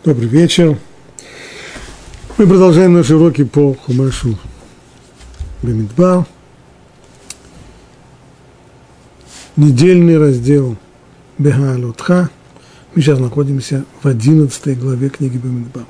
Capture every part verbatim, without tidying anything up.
Добрый вечер. Мы продолжаем наши уроки по Хумашу Бамидбар. Недельный раздел Бегаалотха. Мы сейчас находимся в одиннадцатой главе книги Бамидбар.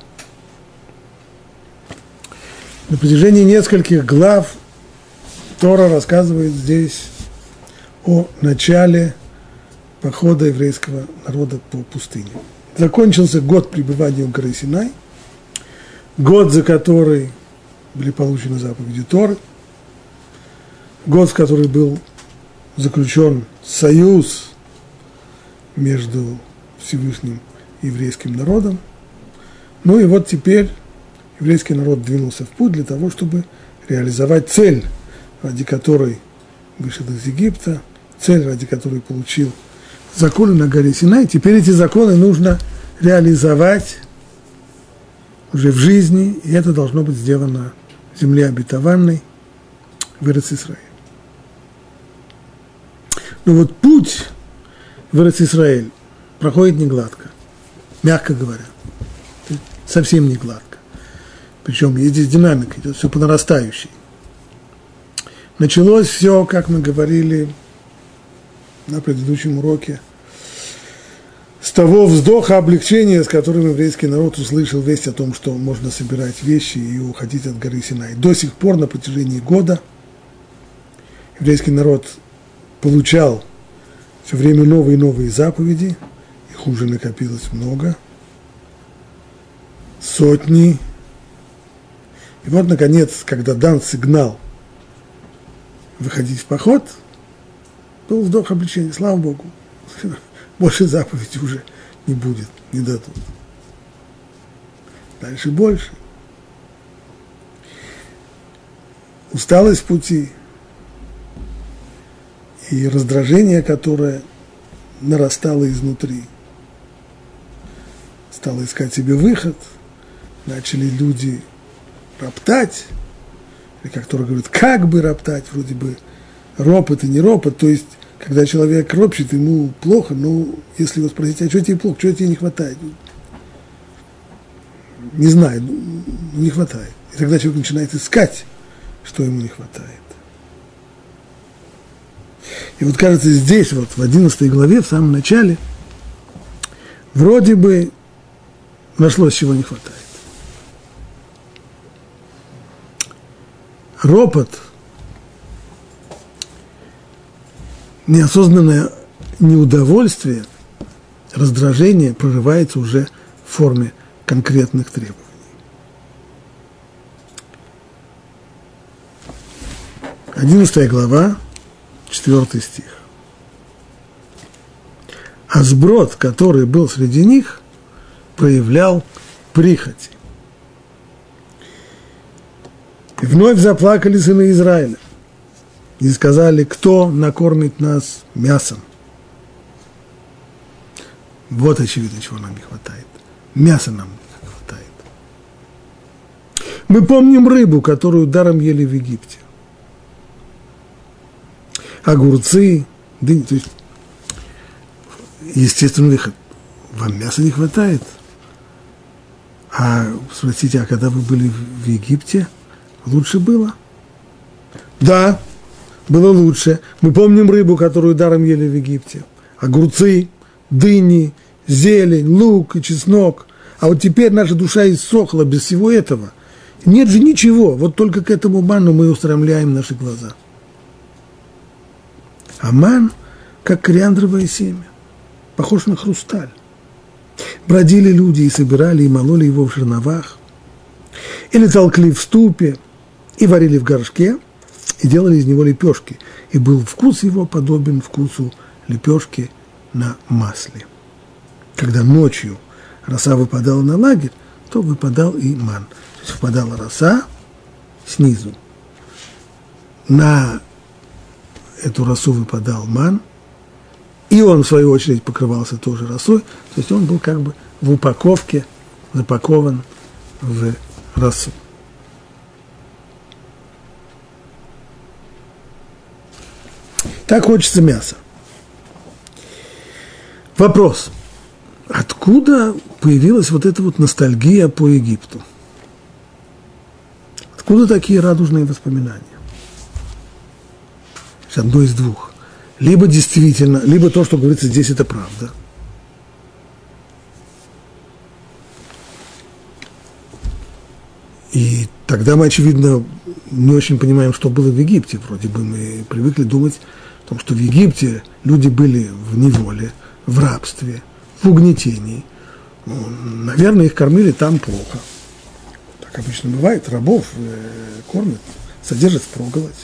На протяжении нескольких глав Тора рассказывает здесь о начале похода еврейского народа по пустыне. Закончился год пребывания у горы Синай, год, за который были получены заповеди Торы, год, в который был заключен союз между Всевышним и еврейским народом. Ну и вот теперь еврейский народ двинулся в путь для того, чтобы реализовать цель, ради которой вышел из Египта, цель, ради которой получил законы на горе Синай. Теперь эти законы нужно реализовать уже в жизни, и это должно быть сделано в земле обетованной, в Эрец-Исраэль. Но вот путь в Эрец-Исраэль проходит не гладко, мягко говоря, совсем не гладко. Причем здесь динамика идет все по нарастающей. Началось все, как мы говорили на предыдущем уроке, с того вздоха облегчения, с которым еврейский народ услышал весть о том, что можно собирать вещи и уходить от горы Синай. До сих пор на протяжении года еврейский народ получал все время новые и новые заповеди, их уже накопилось много, сотни. И вот, наконец, когда дан сигнал выходить в поход, был вздох облегчения, слава Богу, больше заповедей уже не будет, не дадут. Дальше больше. Усталость в пути и раздражение, которое нарастало изнутри, стало искать себе выход, начали люди роптать, или как Тора говорит, как бы роптать, вроде бы ропот и не ропот, то есть, когда человек ропщет, ему плохо, но если его спросить, а что тебе плохо, что тебе не хватает? Не знаю, не хватает. И тогда человек начинает искать, что ему не хватает. И вот, кажется, здесь, вот в одиннадцатой главе, в самом начале, вроде бы нашлось, чего не хватает. Ропот, неосознанное неудовольствие, раздражение прорывается уже в форме конкретных требований. Одиннадцатая глава, четвертый стих. А сброд, который был среди них, проявлял прихоти. И вновь заплакали сыны Израиля и сказали, кто накормит нас мясом. Вот очевидно, чего нам не хватает. Мяса нам не хватает. Мы помним рыбу, которую даром ели в Египте. Огурцы, дыни, то есть, естественный выход. Вам мяса не хватает. А спросите, а когда вы были в Египте, лучше было? Да, было лучше. Мы помним рыбу, которую даром ели в Египте. Огурцы, дыни, зелень, лук и чеснок. А вот теперь наша душа иссохла без всего этого. Нет же ничего, вот только к этому ману мы устремляем наши глаза. А ман, как кориандровое семя, похож на хрусталь. Бродили люди и собирали, и мололи его в жерновах, или толкли в ступе, и варили в горшке, и делали из него лепешки. И был вкус его подобен вкусу лепешки на масле. Когда ночью роса выпадала на лагерь, то выпадал и ман. То есть выпадала роса снизу. На эту росу выпадал ман, и он, в свою очередь, покрывался тоже росой. То есть он был как бы в упаковке, запакован в росу. Так хочется мяса. Вопрос. Откуда появилась вот эта вот ностальгия по Египту? Откуда такие радужные воспоминания? Одно из двух. Либо действительно, либо то, что говорится здесь, это правда. И тогда мы, очевидно, не очень понимаем, что было в Египте. Вроде бы мы привыкли думать о том, что в Египте люди были в неволе, в рабстве, в угнетении. Ну, наверное, их кормили там плохо. Так обычно бывает, рабов э, кормят, содержат впроголодь.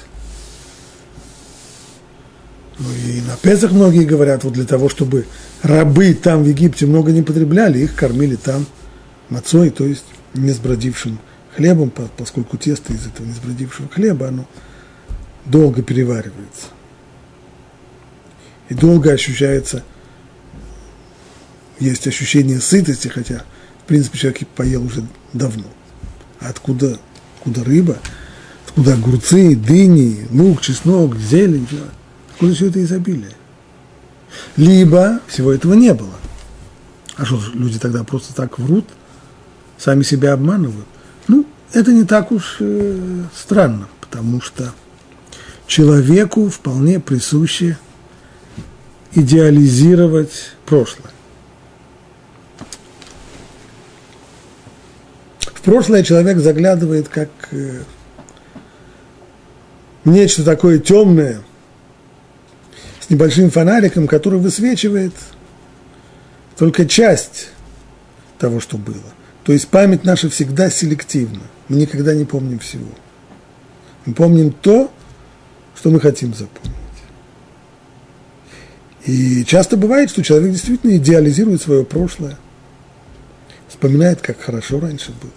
Ну и на Песах многие говорят, вот для того, чтобы рабы там в Египте много не потребляли, их кормили там мацой, то есть несбродившим хлебом, поскольку тесто из этого несбродившего хлеба, оно долго переваривается. И долго ощущается, есть ощущение сытости, хотя, в принципе, человек поел уже давно. А откуда, откуда рыба, откуда огурцы, дыни, лук, чеснок, зелень, откуда все это изобилие? Либо всего этого не было. А что, люди тогда просто так врут, сами себя обманывают? Ну, это не так уж э, странно, потому что человеку вполне присуще идеализировать прошлое. В прошлое человек заглядывает как э, нечто такое темное, с небольшим фонариком, который высвечивает только часть того, что было. То есть память наша всегда селективна. Мы никогда не помним всего. Мы помним то, что мы хотим запомнить. И часто бывает, что человек действительно идеализирует свое прошлое, вспоминает, как хорошо раньше было.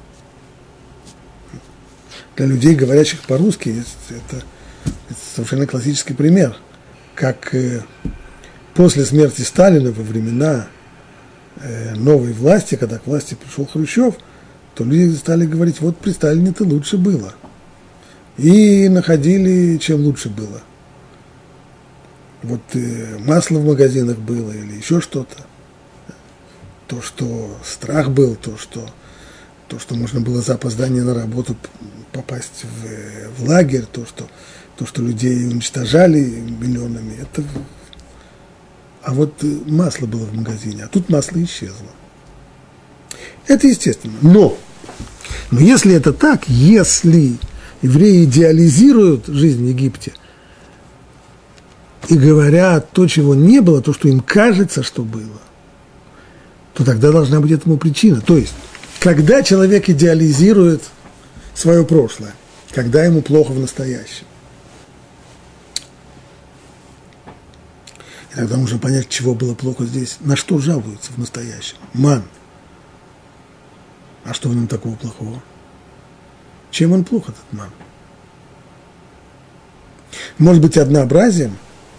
Для людей, говорящих по-русски, это, это совершенно классический пример, как э, после смерти Сталина во времена э, новой власти, когда к власти пришел Хрущев, то люди стали говорить, вот при Сталине-то лучше было. И находили, чем лучше было. Вот э, масло в магазинах было или еще что-то. То, что страх был, то, что, то, что можно было за опоздание на работу попасть в, в лагерь, то что, то, что людей уничтожали миллионами. Это... А вот масло было в магазине, а тут масло исчезло. Это естественно. Но, но если это так, если евреи идеализируют жизнь в Египте и говорят то, чего не было, то, что им кажется, что было, то тогда должна быть этому причина. То есть, когда человек идеализирует свое прошлое, когда ему плохо в настоящем, и тогда нужно понять, чего было плохо здесь, на что жалуются в настоящем. Ман. А что в нем такого плохого? Чем он плох, этот ман? Может быть, однообразием?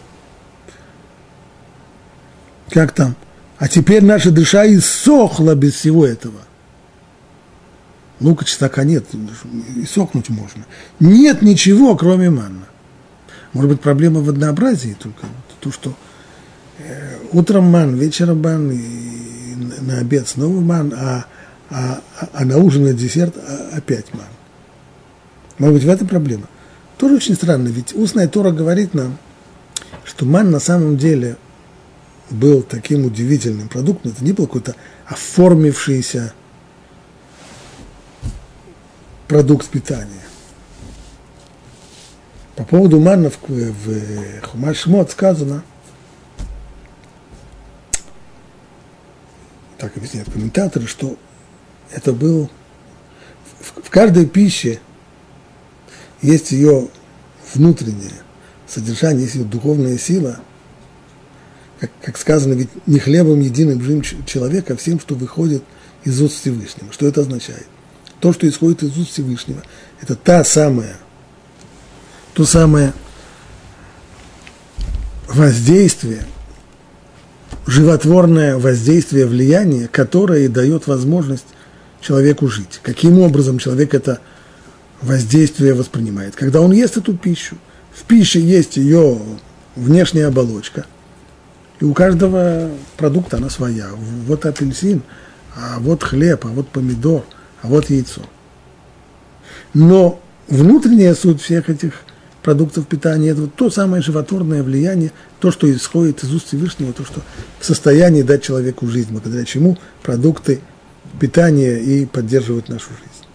Как там? А теперь наша душа иссохла без всего этого. Лука, чеснока нет, иссохнуть можно. Нет ничего, кроме манна. Может быть, проблема в однообразии только. То, что э, утром ман, вечером ман, и на обед снова ман, а, а, а на ужин и десерт опять ман. Может быть, в этом проблема. Тоже очень странно, ведь устная Тора говорит нам, что ман на самом деле был таким удивительным продуктом, это не был какой-то оформившийся продукт питания. По поводу манна в, в Хумаш Шмот сказано, так объясняют комментаторы, что это был в, в каждой пище есть ее внутреннее содержание, есть ее духовная сила. Как, как сказано, ведь не хлебом единым жим человека, а всем, что выходит из уст Всевышнего. Что это означает? То, что исходит из уст Всевышнего, это та самая, то самое воздействие, животворное воздействие, влияние, которое и дает возможность человеку жить. Каким образом человек это воздействие воспринимает? Когда он ест эту пищу, в пище есть ее внешняя оболочка, И у каждого продукта она своя. Вот апельсин, а вот хлеб, а вот помидор, а вот яйцо. Но внутренняя суть всех этих продуктов питания – это вот то самое животворное влияние, то, что исходит из уст Всевышнего, то, что в состоянии дать человеку жизнь, благодаря чему продукты питания и поддерживают нашу жизнь.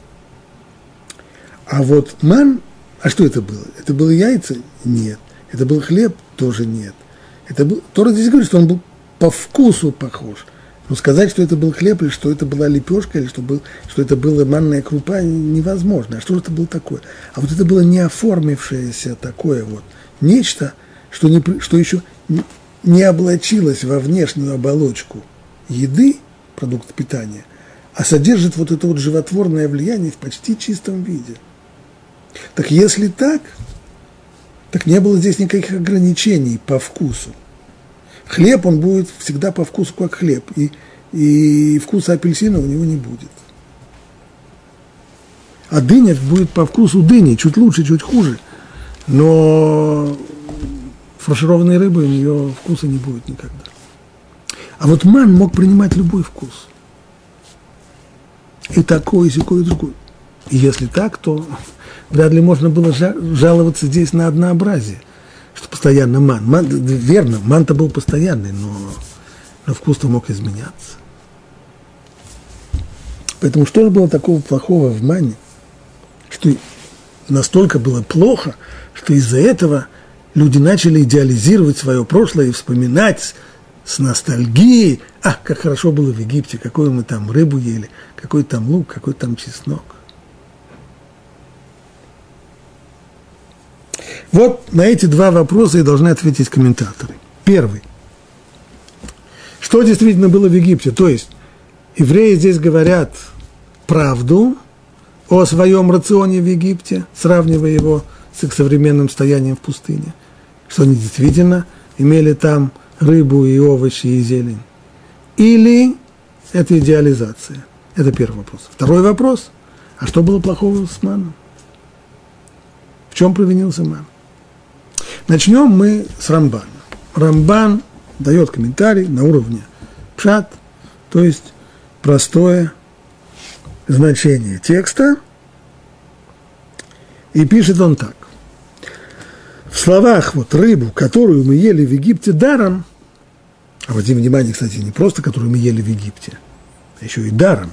А вот ман, а что это было? Это было яйца? Нет. Это был хлеб? Тоже нет. Это был, Тора здесь говорит, что он был по вкусу похож. Но сказать, что это был хлеб, или что это была лепешка, или что, был, что это была манная крупа, невозможно. А что же это было такое? А вот это было не оформившееся такое вот нечто, что, не, что еще не, не облачилось во внешнюю оболочку еды, продукта питания, а содержит вот это вот животворное влияние в почти чистом виде. Так если так, так не было здесь никаких ограничений по вкусу. Хлеб, он будет всегда по вкусу как хлеб, и, и вкуса апельсина у него не будет. А дыня будет по вкусу дыни, чуть лучше, чуть хуже, но фаршированной рыбы у нее вкуса не будет никогда. А вот ман мог принимать любой вкус. И такой, и сякой, и другой. И если так, то вряд ли можно было жаловаться здесь на однообразие, что постоянно ман. ман верно, ман-то был постоянный, но, но вкус-то мог изменяться. Поэтому что же было такого плохого в мане, что настолько было плохо, что из-за этого люди начали идеализировать свое прошлое и вспоминать с ностальгией, а, как хорошо было в Египте, какую мы там рыбу ели, какой там лук, какой там чеснок. Вот на эти два вопроса и должны ответить комментаторы. Первый. Что действительно было в Египте? То есть евреи здесь говорят правду о своем рационе в Египте, сравнивая его с их современным состоянием в пустыне. Что они действительно имели там рыбу и овощи и зелень. Или это идеализация? Это первый вопрос. Второй вопрос. А что было плохого с маном? В чем провинился ман? Начнем мы с Рамбана. Рамбан дает комментарий на уровне пшат, то есть простое значение текста, и пишет он так. В словах вот рыбу, которую мы ели в Египте даром, обратите внимание, кстати, не просто которую мы ели в Египте, а еще и даром,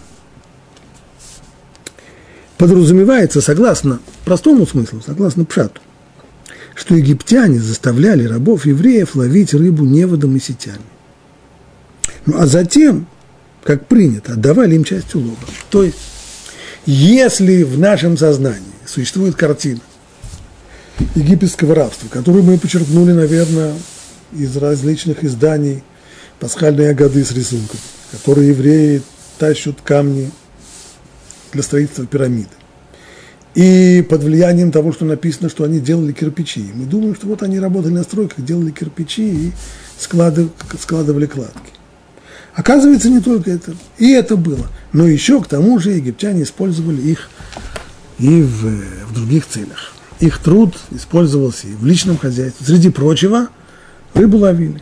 подразумевается, согласно простому смыслу, согласно пшату, что египтяне заставляли рабов евреев ловить рыбу неводом и сетями. Ну, а затем, как принято, отдавали им часть улова. То есть, если в нашем сознании существует картина египетского рабства, которую мы подчеркнули, наверное, из различных изданий пасхальной агады с рисунками, которые евреи тащат камни для строительства пирамиды. И под влиянием того, что написано, что они делали кирпичи. Мы думаем, что вот они работали на стройках, делали кирпичи и складывали, складывали кладки. Оказывается, не только это. И это было. Но еще к тому же египтяне использовали их и в, в других целях. Их труд использовался и в личном хозяйстве. Среди прочего, рыбу ловили.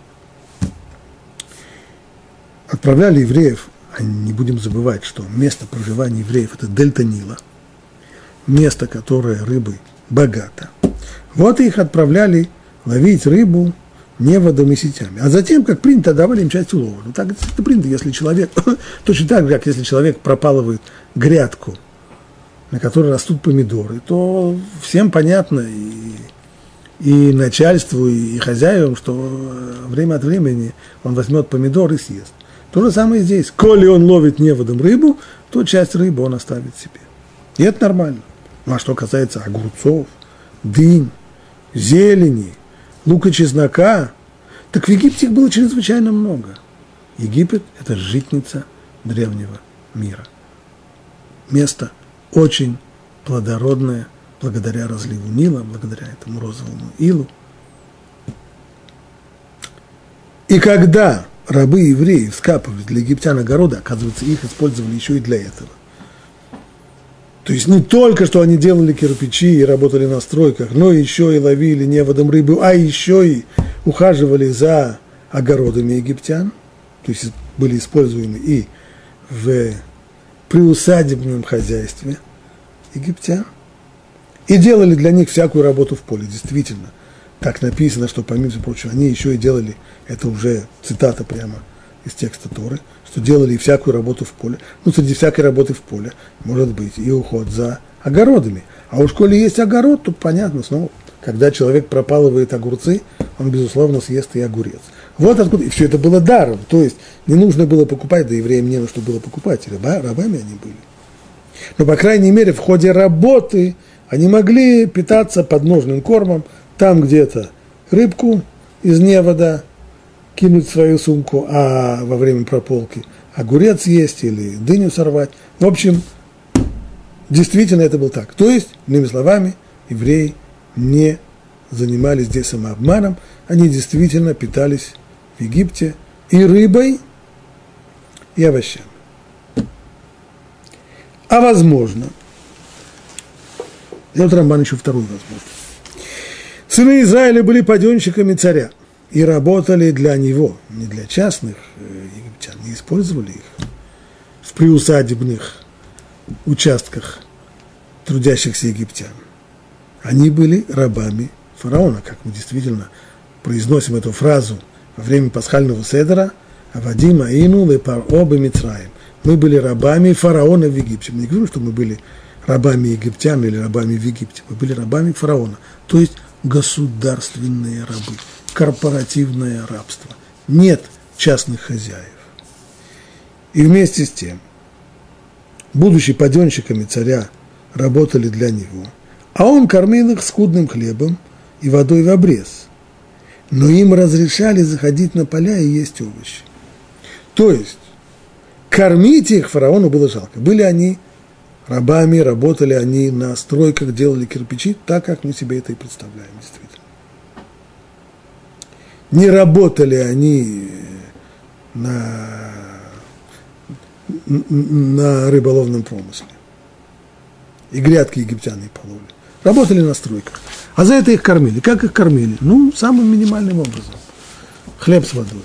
Отправляли евреев, а не будем забывать, что место проживания евреев – это дельта Нила, место, которое рыбой богато. Вот их отправляли ловить рыбу неводом и сетями. А затем, как принято, давали им часть улова. Ну, так это принято, если человек, точно так же, как если человек пропалывает грядку, на которой растут помидоры, то всем понятно, и, и начальству, и хозяевам, что время от времени он возьмет помидор и съест. То же самое здесь. Коли он ловит неводом рыбу, то часть рыбы он оставит себе. И это нормально. Ну, а что касается огурцов, дынь, зелени, лука, чеснока, так в Египте их было чрезвычайно много. Египет – это житница древнего мира. Место очень плодородное, благодаря разливу Нила, благодаря этому розовому илу. И когда рабы евреи вскапывали для египтян огороды, оказывается, их использовали еще и для этого. То есть не только, что они делали кирпичи и работали на стройках, но еще и ловили неводом рыбу, а еще и ухаживали за огородами египтян, то есть были используемы и в приусадебном хозяйстве египтян, и делали для них всякую работу в поле, действительно. Так написано, что, помимо всего прочего, они еще и делали, это уже цитата прямо из текста Торы, что делали всякую работу в поле. Ну, среди всякой работы в поле может быть и уход за огородами. А уж коли есть огород, тут понятно, снова, когда человек пропалывает огурцы, он, безусловно, съест и огурец. Вот откуда, и все это было даром, то есть не нужно было покупать, да евреям не на что было покупать, раба, рабами они были. Но, по крайней мере, в ходе работы они могли питаться подножным кормом, там где-то рыбку из невода кинуть в свою сумку, а во время прополки огурец есть или дыню сорвать. В общем, действительно это было так. То есть, иными словами, евреи не занимались здесь самообманом, они действительно питались в Египте и рыбой, и овощами. А возможно, делает Рамбан еще вторую возможность. Сыны Израиля были паденщиками царя и работали для него, не для частных египтян, не использовали их в приусадебных участках трудящихся египтян. Они были рабами фараона, как мы действительно произносим эту фразу во время пасхального седера «Авадим аину лепаро бемицраим». Мы были рабами фараона в Египте. Мы не говорим, что мы были рабами египтян или рабами в Египте. Мы были рабами фараона, то есть государственные рабы, корпоративное рабство. Нет частных хозяев. И вместе с тем, будучи паденщиками царя, работали для него, а он кормил их скудным хлебом и водой в обрез. Но им разрешали заходить на поля и есть овощи. То есть, кормить их фараону было жалко. Были они рабами, работали они на стройках, делали кирпичи, так, как мы себе это и представляем, действительно. Не работали они на, на рыболовном промысле. И грядки египтяне пололи. Работали на стройках. А за это их кормили. Как их кормили? Ну, самым минимальным образом. Хлеб с водой.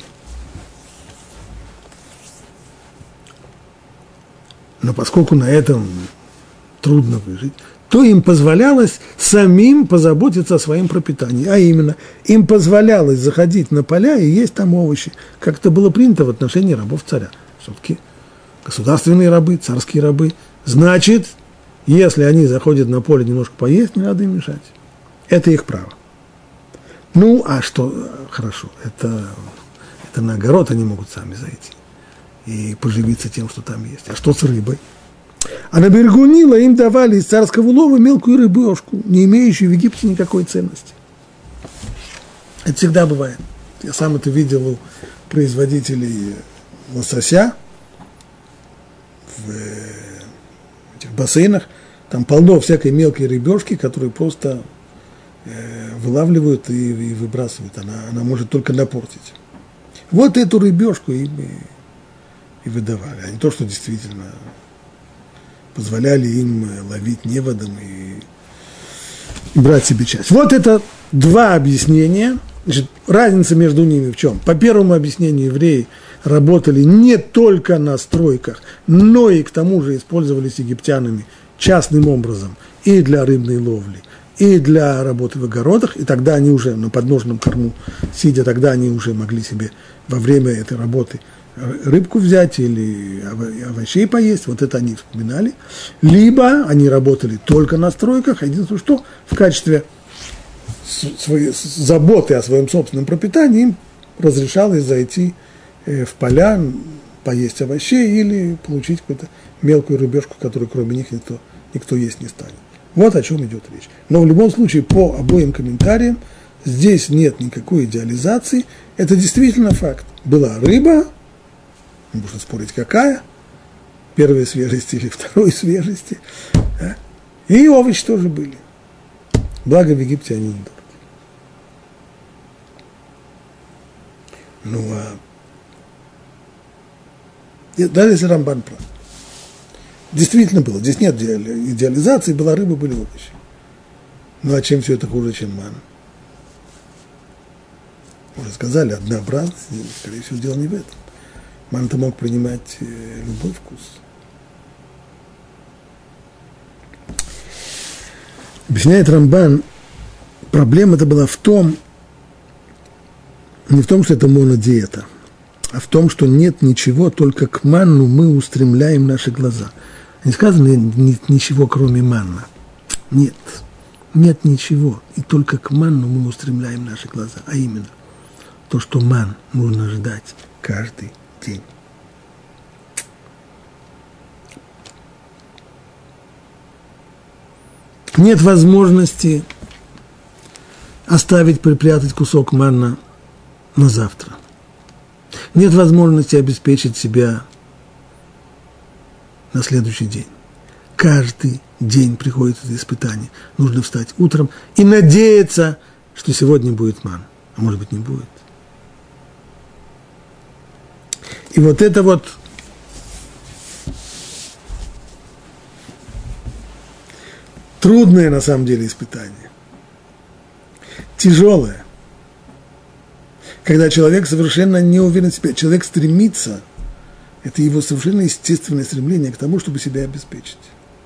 Но поскольку на этом трудно выжить, то им позволялось самим позаботиться о своем пропитании. А именно, им позволялось заходить на поля и есть там овощи, как это было принято в отношении рабов царя. Все-таки государственные рабы, царские рабы. Значит, если они заходят на поле немножко поесть, не надо им мешать. Это их право. Ну, а что хорошо, это, это на огород они могут сами зайти и поживиться тем, что там есть. А что с рыбой? А на берегу Нила им давали из царского улова мелкую рыбешку, не имеющую в Египте никакой ценности. Это всегда бывает. Я сам это видел у производителей лосося в этих бассейнах. Там полно всякой мелкой рыбешки, которую просто э, вылавливают и, и выбрасывают. Она, она может только напортить. Вот эту рыбешку им и, и выдавали. А не то, что действительно позволяли им ловить неводом и, и брать себе часть. Вот это два объяснения. Значит, разница между ними в чем? По первому объяснению евреи работали не только на стройках, но и к тому же использовались египтянами частным образом и для рыбной ловли, и для работы в огородах, и тогда они уже на подножном корму сидя, тогда они уже могли себе во время этой работы рыбку взять или овощей поесть, вот это они вспоминали. Либо они работали только на стройках, единственное, что в качестве своей заботы о своем собственном пропитании им разрешалось зайти в поля, поесть овощей или получить какую-то мелкую рыбешку, которую кроме них никто, никто есть не станет. Вот о чем идет речь. Но в любом случае, по обоим комментариям, здесь нет никакой идеализации. Это действительно факт. Была рыба, можно спорить какая, первой свежести или второй свежести, да? И овощи тоже были. Благо в Египте они недороги. Ну, а дальше Рамбан прав. Действительно было. Здесь нет идеализации, была рыба, были овощи. Ну, а чем все это хуже, чем мана? уже сказали, однообразность, скорее всего, дело не в этом. Ман-то мог принимать любой вкус. Объясняет Рамбан, проблема-то была в том, не в том, что это монодиета, а в том, что нет ничего, только к манну мы устремляем наши глаза. Не сказано нет ничего, кроме манна. Нет, нет ничего, и только к манну мы устремляем наши глаза, а именно то, что ман нужно ждать каждый день. Нет возможности оставить, припрятать кусок манна на завтра. Нет возможности обеспечить себя на следующий день. Каждый день приходит это испытание. Нужно встать утром и надеяться, что сегодня будет ман, а может быть не будет. И вот это вот трудное на самом деле испытание, тяжелое, когда человек совершенно не уверен в себе, человек стремится, это его совершенно естественное стремление к тому, чтобы себя обеспечить.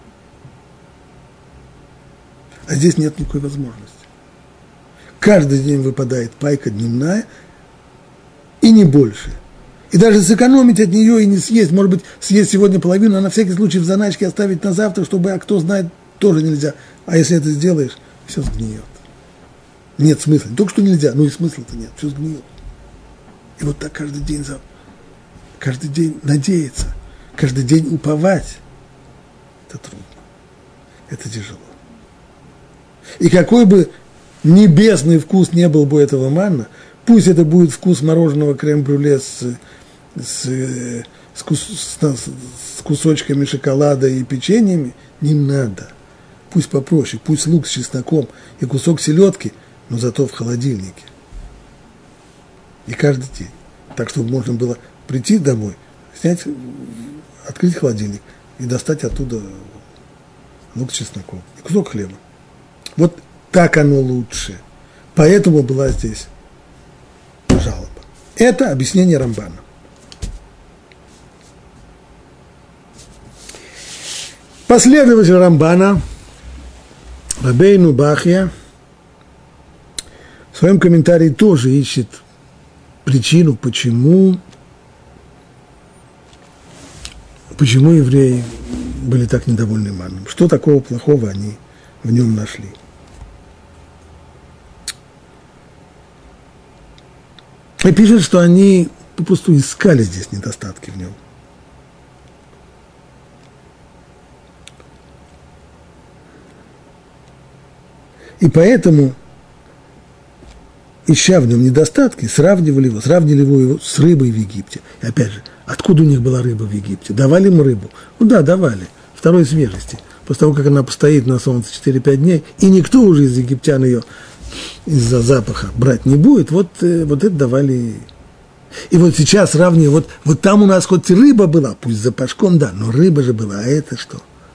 А здесь нет никакой возможности. Каждый день выпадает пайка дневная, и не больше. И даже сэкономить от нее и не съесть, может быть, съесть сегодня половину, а на всякий случай в заначке оставить на завтра, чтобы, а кто знает, тоже нельзя. А если это сделаешь, все сгниет. Нет смысла. Не только что нельзя, но и смысла-то нет. Все сгниет. И вот так каждый день, каждый день надеяться, каждый день уповать. Это трудно. Это тяжело. И какой бы небесный вкус не был бы этого манна, пусть это будет вкус мороженого крем-брюле с, с, с, кус, с, с кусочками шоколада и печеньями, не надо. Пусть попроще, пусть лук с чесноком и кусок селедки, но зато в холодильнике. И каждый день. Так, чтобы можно было прийти домой, снять, открыть холодильник и достать оттуда лук с чесноком и кусок хлеба. Вот так оно лучше. Поэтому была здесь жалоба. Это объяснение Рамбана. Последователь Рамбана, Рабейну Бахья, в своем комментарии тоже ищет причину, почему, почему евреи были так недовольны манном. Что такого плохого они в нем нашли. И пишет, что они попросту искали здесь недостатки в нем. И поэтому, ища в нем недостатки, сравнивали его, сравнили его с рыбой в Египте. И опять же, откуда у них была рыба в Египте? Давали им рыбу? Ну да, давали. Второй свежести. После того, как она постоит на солнце четыре-пять дней, и никто уже из египтян ее из-за запаха брать не будет, вот, вот это давали. И вот сейчас сравниваю, вот, вот там у нас хоть и рыба была, пусть с запашком, да, но рыба же была, а это что?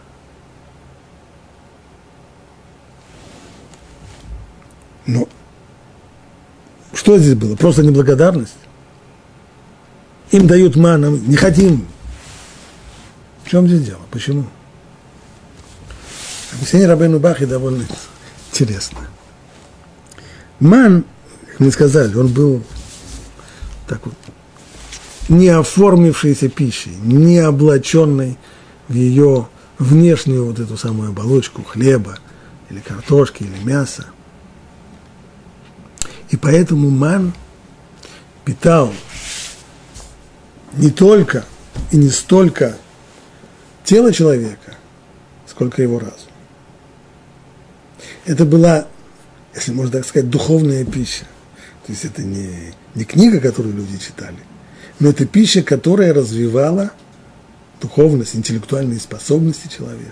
Ну, что здесь было? Просто неблагодарность? Им дают ману, не хотим. В чем здесь дело? Почему? Объяснение Рабейну Бахи довольно интересно. Ман, как мы сказали, он был так вот, не оформившейся пищей, не облаченной в ее внешнюю вот эту самую оболочку хлеба, или картошки, или мяса. И поэтому ман питал не только и не столько тело человека, сколько его разум. Это была, если можно так сказать, духовная пища. То есть это не, не книга, которую люди читали, но это пища, которая развивала духовность, интеллектуальные способности человека.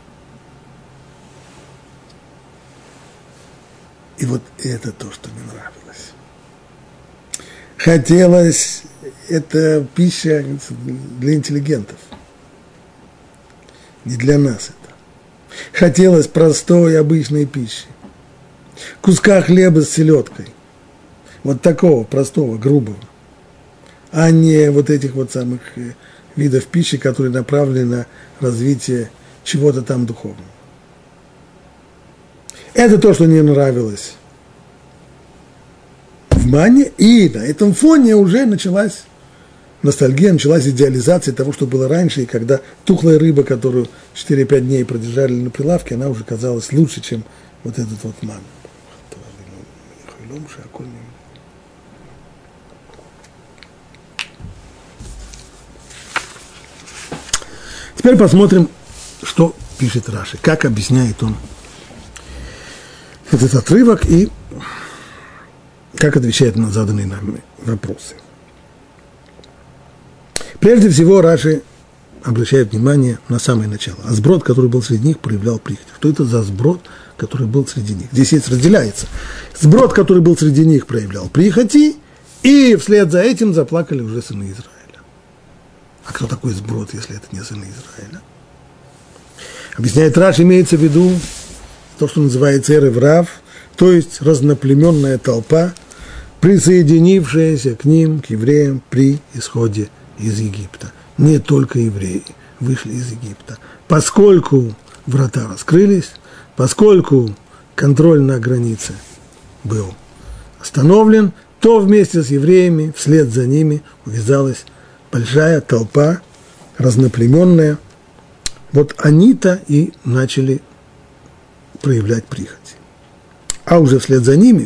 И вот это то, что мне нравилось. Хотелось, это пища для интеллигентов, не для нас это. Хотелось простой, обычной пищи. Куска хлеба с селедкой. вот такого простого, грубого, а не вот этих вот самых видов пищи, которые направлены на развитие чего-то там духовного. Это то, что не нравилось в мане, и на этом фоне уже началась ностальгия, началась идеализация того, что было раньше, и когда тухлая рыба, которую четыре-пять дней продержали на прилавке, она уже казалась лучше, чем вот этот вот ман. Теперь посмотрим, что пишет Раши, как объясняет он этот отрывок и как отвечает на заданные нами вопросы. Прежде всего Раши обращает внимание на самое начало. А сброд, который был среди них, проявлял прихоть. Что это за сброд, который был среди них? Здесь есть разделяется. Сброд, который был среди них, проявлял прихоти, и вслед за этим заплакали уже сыны Израиля. А кто такой сброд, если это не сыны Израиля? Объясняет Раши, имеется в виду то, что называется эрев-рав, то есть разноплеменная толпа, присоединившаяся к ним, к евреям, при исходе из Египта. Не только евреи вышли из Египта. Поскольку врата раскрылись, поскольку контроль на границе был остановлен, то вместе с евреями, вслед за ними увязалась большая толпа, разноплеменная. Вот они-то и начали проявлять прихоть. А уже вслед за ними,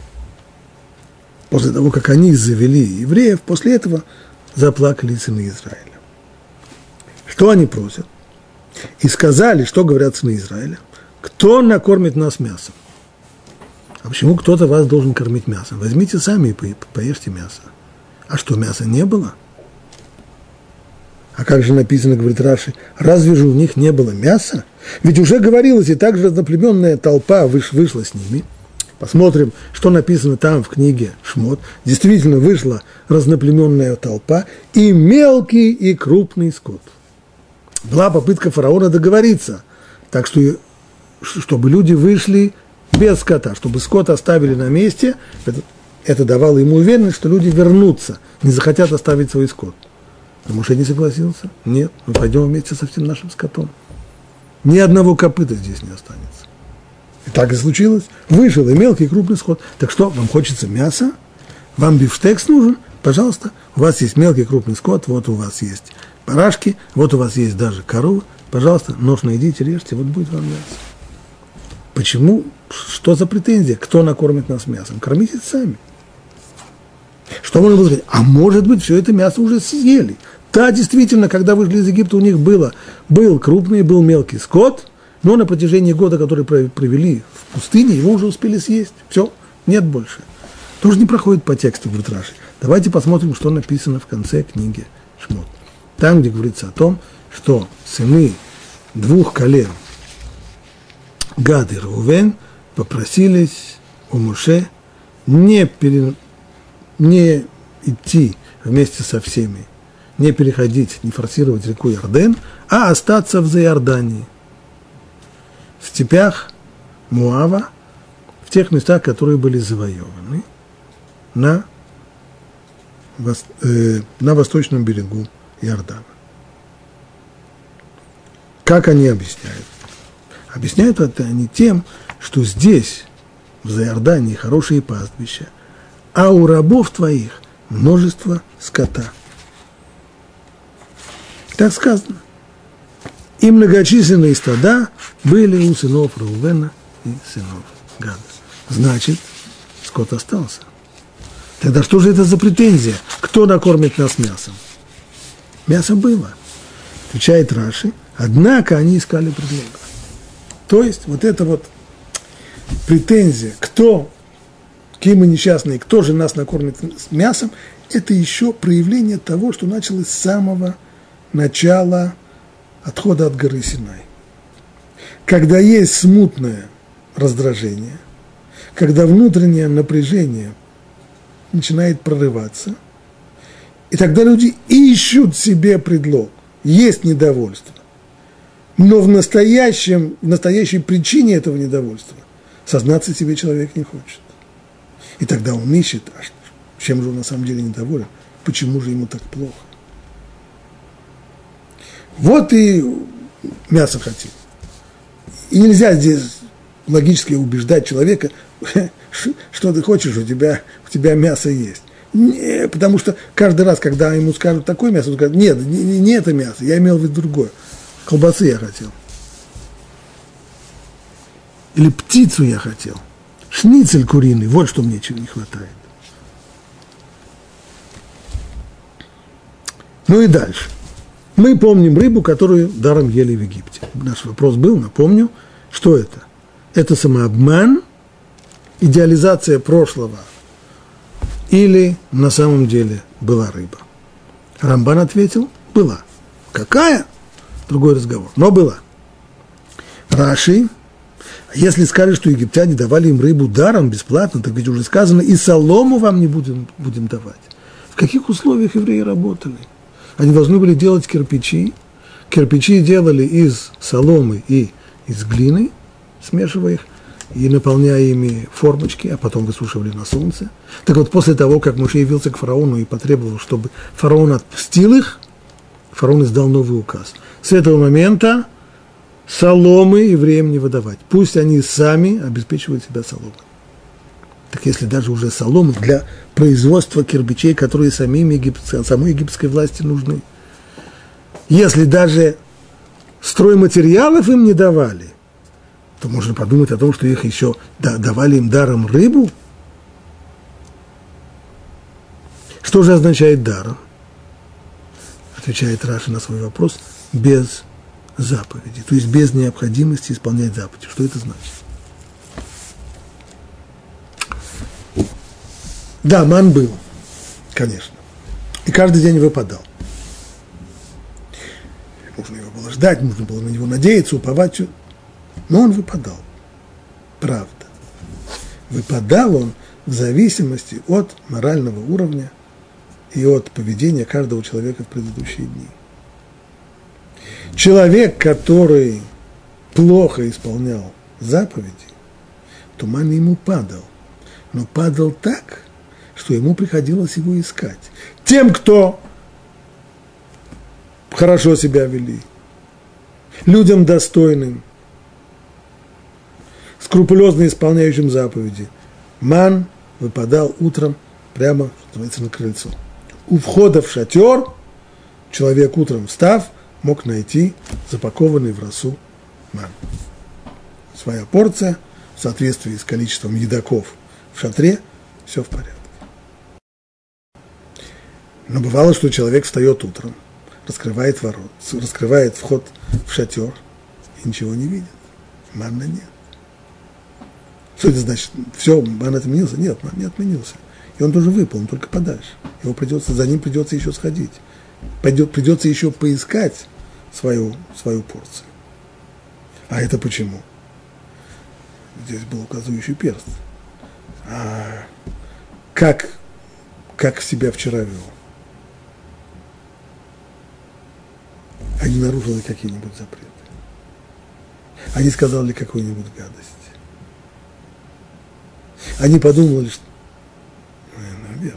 после того, как они завели евреев, после этого заплакали сыны Израиля. Что они просят? И сказали, что говорят сыны Израиля: кто накормит нас мясом? А почему кто-то вас должен кормить мясом? Возьмите сами и поешьте мясо. А что, мяса не было? А как же написано, говорит Раши, разве же у них не было мяса? Ведь уже говорилось, и также разноплеменная толпа вышла с ними. Посмотрим, что написано там в книге Шмот. Действительно вышла разноплеменная толпа и мелкий и крупный скот. Была попытка фараона договориться, так что, чтобы люди вышли без скота, чтобы скот оставили на месте. Это, это давало ему уверенность, что люди вернутся, не захотят оставить свой скот. А Моше не согласился. Нет, мы пойдем вместе со всем нашим скотом. Ни одного копыта здесь не останется. И так и случилось. Вышел и мелкий, и крупный скот. Так что, вам хочется мяса? Вам бифштекс нужен? Пожалуйста, у вас есть мелкий, крупный скот, вот у вас есть барашки, вот у вас есть даже коровы. Пожалуйста, нож найдите, режьте, вот будет вам мясо. Почему? Что за претензия? Кто накормит нас мясом? Кормите сами. Что можно было сказать? А может быть, все это мясо уже съели. Да, действительно, когда вышли из Египта, у них было, был крупный, был мелкий скот, но на протяжении года, который провели в пустыне, его уже успели съесть. Все, нет больше. Тоже не проходит по тексту, говорит Раши. Давайте посмотрим, что написано в конце книги Шмот. Там, где говорится о том, что сыны двух колен, Гад и Рувен, попросились у Моше не, пере, не идти вместе со всеми, не переходить, не форсировать реку Иорден, а остаться в Заиордании, в степях Муава, в тех местах, которые были завоеваны на, э, на восточном берегу Иордана. Как они объясняют? Объясняют это они тем, что здесь, в Заиордании, хорошие пастбища, а у рабов твоих множество скота. Так сказано. И многочисленные стада были у сынов Реувена и сынов Гада. Значит, скот остался. Тогда что же это за претензия? Кто накормит нас мясом? Мясо было. Отвечает Раши. Однако они искали предлога. То есть, вот это вот претензия, кто, какие мы несчастные, кто же нас накормит мясом, это еще проявление того, что началось с самого начала отхода от горы Синай. Когда есть смутное раздражение, когда внутреннее напряжение начинает прорываться, и тогда люди ищут себе предлог, есть недовольство. Но в, настоящем, в настоящей причине этого недовольства сознаться себе человек не хочет. И тогда он ищет, а чем же он на самом деле недоволен, почему же ему так плохо. Вот и мясо хотим. И нельзя здесь логически убеждать человека, что ты хочешь, у тебя, у тебя мясо есть. Не, потому что каждый раз, когда ему скажут такое мясо, он скажет, нет, не, не это мясо, я имел в виду другое. Колбасы я хотел. Или птицу я хотел. Шницель куриный, вот что мне чего не хватает. Ну и дальше. Мы помним рыбу, которую даром ели в Египте. Наш вопрос был, напомню, что это? Это самообман, идеализация прошлого, или на самом деле была рыба? Рамбан ответил, была. Какая? Другой разговор, но была. Раши, если скажешь, что египтяне давали им рыбу даром, бесплатно, так ведь уже сказано, и солому вам не будем, будем давать. В каких условиях евреи работали? Они должны были делать кирпичи. Кирпичи делали из соломы и из глины, смешивая их, и наполняя ими формочки, а потом высушивали на солнце. Так вот, после того, как Моше явился к фараону и потребовал, чтобы фараон отпустил их, фараон издал новый указ. С этого момента соломы евреям не выдавать. Пусть они сами обеспечивают себя соломой. Так если даже уже соломы для производства кирпичей, которые самим егип... самой египетской власти нужны, если даже стройматериалов им не давали, то можно подумать о том, что их еще давали им даром рыбу. Что же означает даром? Отвечает Раши на свой вопрос, без заповеди, то есть без необходимости исполнять заповеди. Что это значит? Да, ман был, конечно, и каждый день выпадал. Нужно его было ждать, нужно было на него надеяться, уповать, но он выпадал, правда. Выпадал он в зависимости от морального уровня и от поведения каждого человека в предыдущие дни. Человек, который плохо исполнял заповеди, то ман ему падал, но падал так, что ему приходилось его искать. Тем, кто хорошо себя вели, людям достойным, скрупулезно исполняющим заповеди, ман выпадал утром прямо, что называется, на крыльцо. У входа в шатер человек утром встав мог найти запакованный в росу ман. Своя порция в соответствии с количеством едоков в шатре, все в порядке. Но бывало, что человек встает утром, раскрывает ворот, раскрывает вход в шатер и ничего не видит. Манна нет. Что это значит? Все, ман отменился? Нет, ман не отменился. И он тоже выпал, он только подальше. Его придется, за ним придется еще сходить. Пойдет, придется еще поискать свою, свою порцию. А это почему? Здесь был указывающий перст. А как, как себя вчера вел? Они нарушили какие-нибудь запреты? Они сказали какую-нибудь гадость? Они подумали, что... Наверное.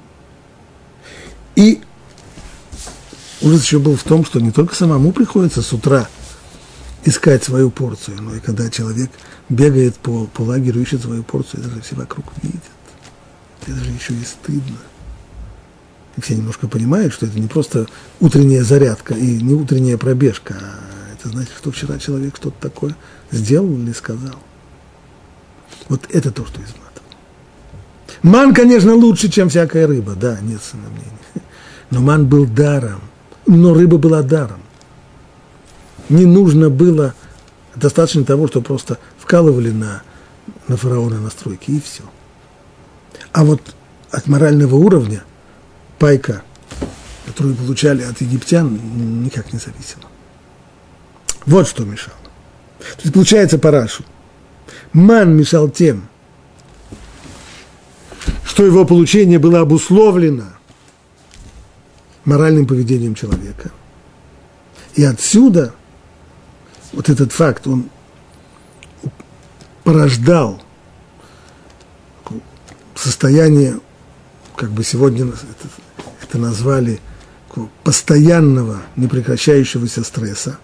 И ужас еще был в том, что не только самому приходится с утра искать свою порцию, но и когда человек бегает по, по лагерю, ищет свою порцию, это же все вокруг видят. Это же еще и стыдно. И все немножко понимают, что это не просто утренняя зарядка и не утренняя пробежка, а это значит, что вчера человек что-то такое сделал или сказал. Вот это то, что изматывало. Ман, конечно, лучше, чем всякая рыба, да, нет сомнений. Но ман был даром, но рыба была даром. Не нужно было, достаточно того, что просто вкалывали на, на фараона на стройке, и все. А вот от морального уровня пайка, которую получали от египтян, никак не зависела. Вот что мешало. То есть, получается, по Рашу, ман мешал тем, что его получение было обусловлено моральным поведением человека. И отсюда вот этот факт, он порождал состояние, как бы сегодня это, это назвали, постоянного, непрекращающегося стресса,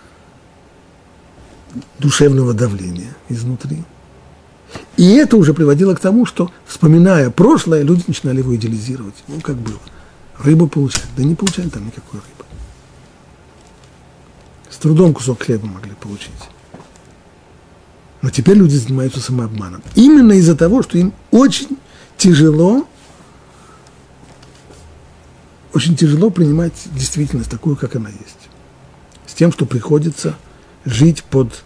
душевного давления изнутри. И это уже приводило к тому, что, вспоминая прошлое, люди начинали его идеализировать. Ну, как было. Рыбу получали. Да не получали там никакой рыбы. С трудом кусок хлеба могли получить. Но теперь люди занимаются самообманом. Именно из-за того, что им очень тяжело, очень тяжело принимать действительность такую, как она есть. С тем, что приходится жить под,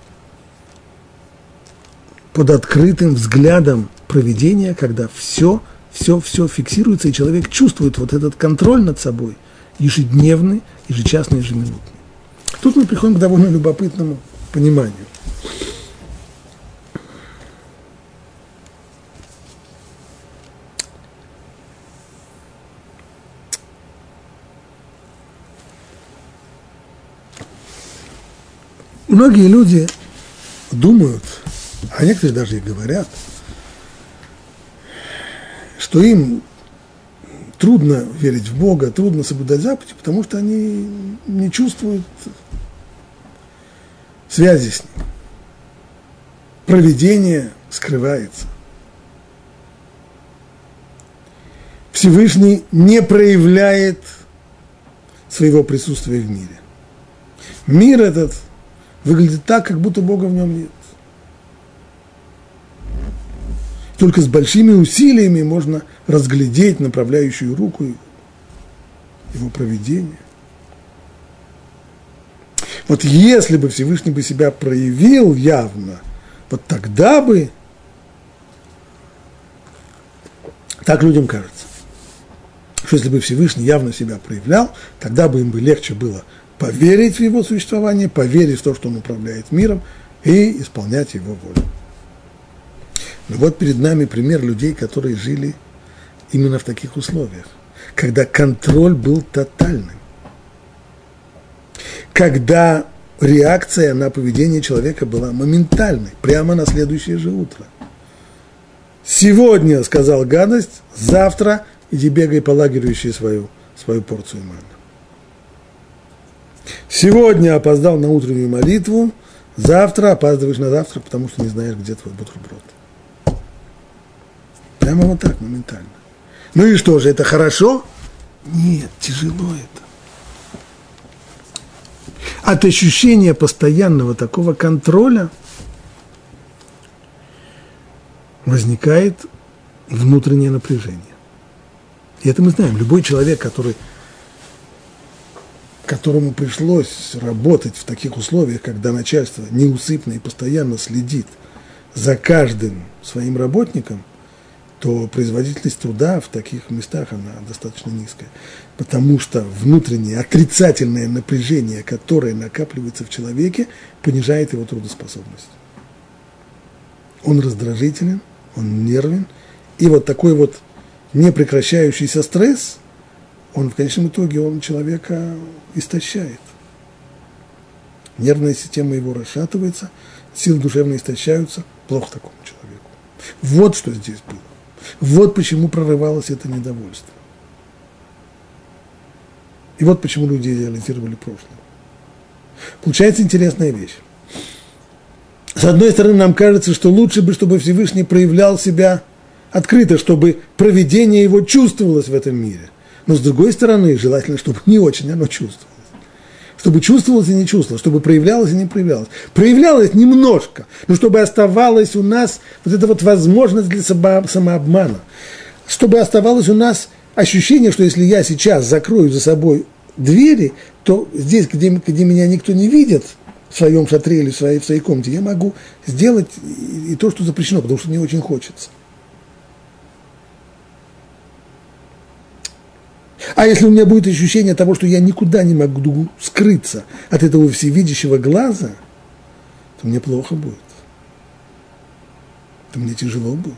под открытым взглядом провидения, когда все, все, все фиксируется, и человек чувствует вот этот контроль над собой, ежедневный, ежечасный, ежеминутный. Тут мы приходим к довольно любопытному пониманию. Многие люди думают, а некоторые даже и говорят, что им трудно верить в Бога, трудно соблюдать заповеди, потому что они не чувствуют связи с Ним. Провидение скрывается. Всевышний не проявляет своего присутствия в мире. Мир этот выглядит так, как будто Бога в нем нет. Только с большими усилиями можно разглядеть направляющую руку его провидения. Вот если бы Всевышний бы себя проявил явно, вот тогда бы, так людям кажется, что если бы Всевышний явно себя проявлял, тогда бы им бы легче было поверить в его существование, поверить в то, что он управляет миром, и исполнять его волю. Но вот перед нами пример людей, которые жили именно в таких условиях, когда контроль был тотальным, когда реакция на поведение человека была моментальной, прямо на следующее же утро. Сегодня сказал гадость, завтра иди бегай по лагерю, ищи свою, свою порцию маны. Сегодня опоздал на утреннюю молитву, завтра опаздываешь на завтрак, потому что не знаешь, где твой бутерброд. Прямо вот так, моментально. Ну и что же, это хорошо? Нет, тяжело это. От ощущения постоянного такого контроля возникает внутреннее напряжение. И это мы знаем. Любой человек, который, которому пришлось работать в таких условиях, когда начальство неусыпно и постоянно следит за каждым своим работником, то производительность труда в таких местах, она достаточно низкая. Потому что внутреннее отрицательное напряжение, которое накапливается в человеке, понижает его трудоспособность. Он раздражителен, он нервен, и вот такой вот непрекращающийся стресс, он в конечном итоге он человека истощает. Нервная система его расшатывается, силы душевные истощаются, плохо такому человеку. Вот что здесь было. Вот почему прорывалось это недовольство. И вот почему люди идеализировали прошлое. Получается интересная вещь. С одной стороны, нам кажется, что лучше бы, чтобы Всевышний проявлял себя открыто, чтобы провидение его чувствовалось в этом мире. Но с другой стороны, желательно, чтобы не очень оно чувствовалось. Чтобы чувствовалось и не чувствовалось, чтобы проявлялось и не проявлялось. Проявлялось немножко, но чтобы оставалась у нас вот эта вот возможность для самообмана. Чтобы оставалось у нас ощущение, что если я сейчас закрою за собой двери, то здесь, где, где меня никто не видит, в своем шатре или в своей, в своей комнате, я могу сделать и, и то, что запрещено, потому что мне очень хочется. А если у меня будет ощущение того, что я никуда не могу скрыться от этого всевидящего глаза, то мне плохо будет. То мне тяжело будет.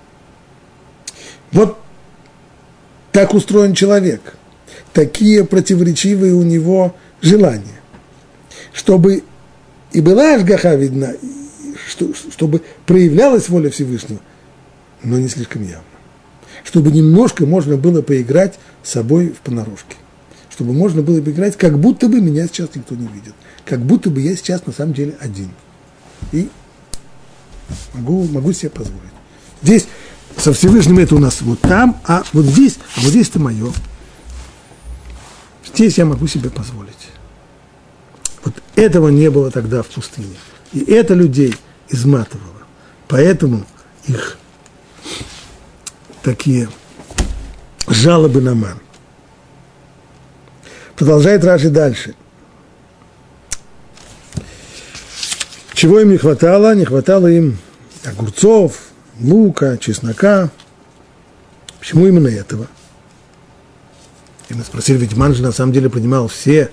Вот так устроен человек. Такие противоречивые у него желания. Чтобы и была ашгаха видна, чтобы проявлялась воля Всевышнего, но не слишком явно. чтобы немножко можно было поиграть с собой в понарошке. Чтобы можно было поиграть, как будто бы меня сейчас никто не видит. Как будто бы я сейчас на самом деле один. И могу, могу себе позволить. Здесь со Всевышним это у нас вот там, а вот здесь, а вот здесь это мое. Здесь я могу себе позволить. Вот этого не было тогда в пустыне. И это людей изматывало. Поэтому их такие жалобы на ман. Продолжает Раши дальше. Чего им не хватало? Не хватало им огурцов, лука, чеснока. Почему именно этого? И мы спросили, ведь ман же на самом деле принимал все,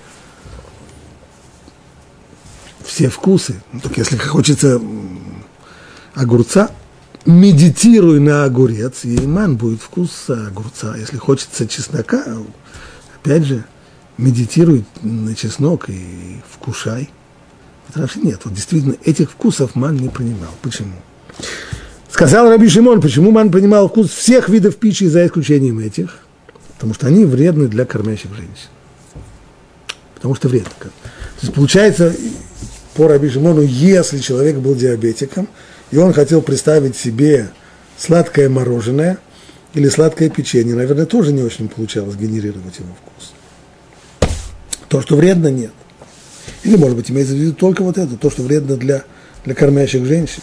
все вкусы. Ну, так если хочется огурца, медитируй на огурец, и ман будет вкус огурца. Если хочется чеснока, опять же, медитируй на чеснок и вкушай. Раши нет, вот действительно этих вкусов ман не принимал. Почему? Сказал Раби Шимон, почему ман принимал вкус всех видов пищи за исключением этих? Потому что они вредны для кормящих женщин. Потому что вредны. То есть получается, по Раби Шимону, если человек был диабетиком, и он хотел представить себе сладкое мороженое или сладкое печенье, наверное, тоже не очень получалось генерировать его вкус. То, что вредно, нет. Или, может быть, имеется в виду только вот это, то, что вредно для, для кормящих женщин.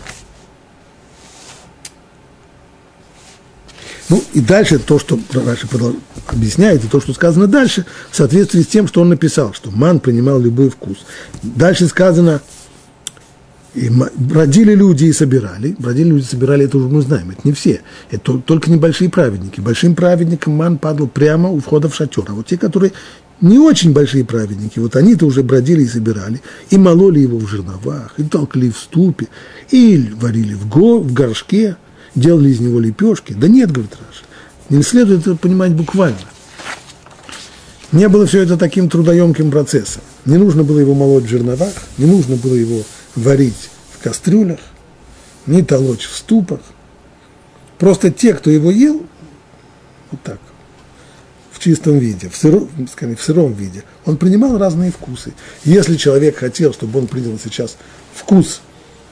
Ну, и дальше то, что Раши объясняет, и то, что сказано дальше, в соответствии с тем, что он написал, что ман принимал любой вкус. Дальше сказано, и бродили люди и собирали. Бродили люди и собирали, это уже мы знаем, это не все. Это только небольшие праведники. Большим праведникам ман падал прямо у входа в шатер. А вот те, которые не очень большие праведники, вот они-то уже бродили и собирали, и мололи его в жерновах, и толкли в ступе, и варили в, го, в горшке, делали из него лепешки. Да нет, говорит Раши, не следует это понимать буквально. Не было все это таким трудоемким процессом. Не нужно было его молоть в жерновах, не нужно было его варить в кастрюлях, не толочь в ступах. Просто те, кто его ел, вот так, в чистом виде, в сыром, скорее, в сыром виде, он принимал разные вкусы. Если человек хотел, чтобы он принял сейчас вкус